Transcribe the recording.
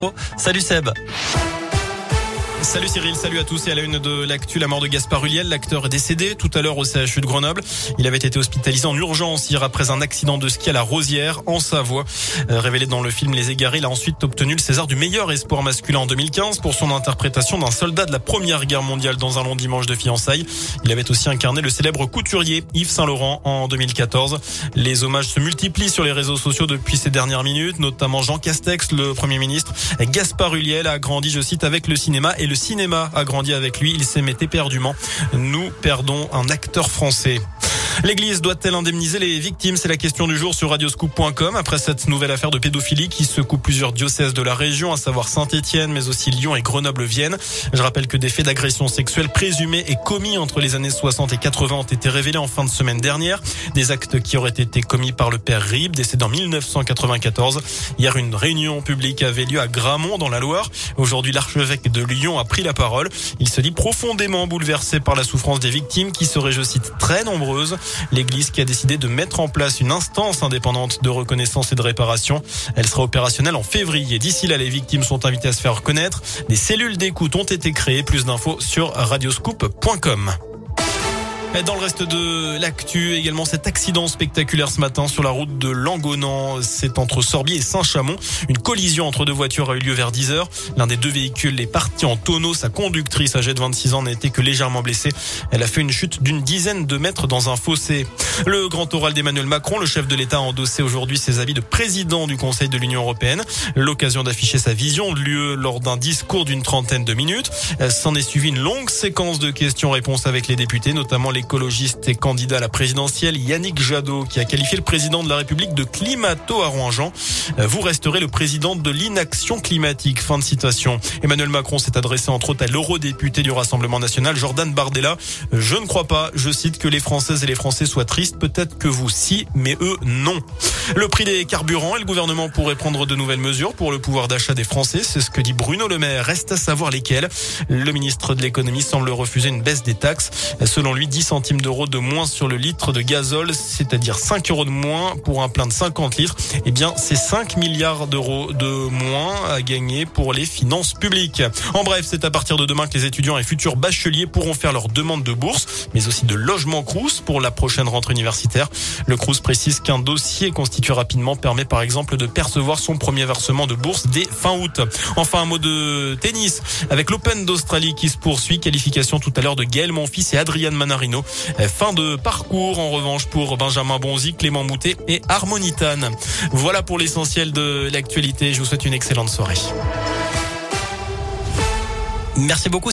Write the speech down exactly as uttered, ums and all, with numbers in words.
Salut Seb. Salut Cyril, salut à tous et à la une de l'actu, la mort de Gaspard Ulliel, l'acteur est décédé tout à l'heure au C H U de Grenoble. Il avait été hospitalisé en urgence hier après un accident de ski à la Rosière en Savoie. Euh, révélé dans le film Les Égarés, il a ensuite obtenu le César du meilleur espoir masculin en deux mille quinze pour son interprétation d'un soldat de la Première Guerre mondiale dans Un long dimanche de fiançailles. Il avait aussi incarné le célèbre couturier Yves Saint-Laurent en deux mille quatorze. Les hommages se multiplient sur les réseaux sociaux depuis ces dernières minutes, notamment Jean Castex, le Premier ministre. Gaspard Ulliel a grandi, je cite, avec le cinéma et le cinéma a grandi avec lui. Il s'aimait éperdument. Nous perdons un acteur français. L'Église doit-elle indemniser les victimes? C'est la question du jour sur radioscoop point com. Après cette nouvelle affaire de pédophilie qui secoue plusieurs diocèses de la région, à savoir Saint-Étienne, mais aussi Lyon et Grenoble-Vienne. Je rappelle que des faits d'agression sexuelle présumés et commis entre les années soixante et quatre-vingts ont été révélés en fin de semaine dernière. Des actes qui auraient été commis par le père Ribes, décédé en mille neuf cent quatre-vingt-quatorze. Hier, une réunion publique avait lieu à Gramont, dans la Loire. Aujourd'hui, l'archevêque de Lyon a pris la parole. Il se dit profondément bouleversé par la souffrance des victimes qui seraient, je cite, très nombreuses. L'Église qui a décidé de mettre en place une instance indépendante de reconnaissance et de réparation. Elle sera opérationnelle en février. D'ici là, les victimes sont invitées à se faire reconnaître. Des cellules d'écoute ont été créées. Plus d'infos sur radioscoop point com. Dans le reste de l'actu, également cet accident spectaculaire ce matin sur la route de Langonan. C'est entre Sorbier et Saint-Chamond. Une collision entre deux voitures a eu lieu vers dix heures. L'un des deux véhicules est parti en tonneau. Sa conductrice, âgée de vingt-six ans, n'a été que légèrement blessée. Elle a fait une chute d'une dizaine de mètres dans un fossé. Le grand oral d'Emmanuel Macron, le chef de l'État, a endossé aujourd'hui ses habits de président du Conseil de l'Union européenne. L'occasion d'afficher sa vision de l'U E lors d'un discours d'une trentaine de minutes. S'en est suivi une longue séquence de questions-réponses avec les députés, notamment les écologiste et candidat à la présidentielle Yannick Jadot, qui a qualifié le président de la République de climato-arrangeant. Vous resterez le président de l'inaction climatique. Fin de citation. Emmanuel Macron s'est adressé entre autres à l'eurodéputé du Rassemblement national, Jordan Bardella. Je ne crois pas, je cite, que les Françaises et les Français soient tristes. Peut-être que vous si, mais eux non. Le prix des carburants et le gouvernement pourrait prendre de nouvelles mesures pour le pouvoir d'achat des Français. C'est ce que dit Bruno Le Maire. Reste à savoir lesquelles. Le ministre de l'économie semble refuser une baisse des taxes. Selon lui, dix centimes d'euros de moins sur le litre de gazole, c'est-à-dire cinq euros de moins pour un plein de cinquante litres. Eh bien, c'est cinq milliards d'euros de moins à gagner pour les finances publiques. En bref, c'est à partir de demain que les étudiants et futurs bacheliers pourront faire leur demande de bourse, mais aussi de logement Crous pour la prochaine rentrée universitaire. Le Crous précise qu'un dossier constitué rapidement permet par exemple de percevoir son premier versement de bourse dès fin août. Enfin, un mot de tennis avec l'Open d'Australie qui se poursuit. Qualification tout à l'heure de Gaël Monfils et Adrian Manarino. Fin de parcours en revanche pour Benjamin Bonzi, Clément Moutet et Harmonitane. Voilà pour l'essentiel de l'actualité. Je vous souhaite une excellente soirée. Merci beaucoup.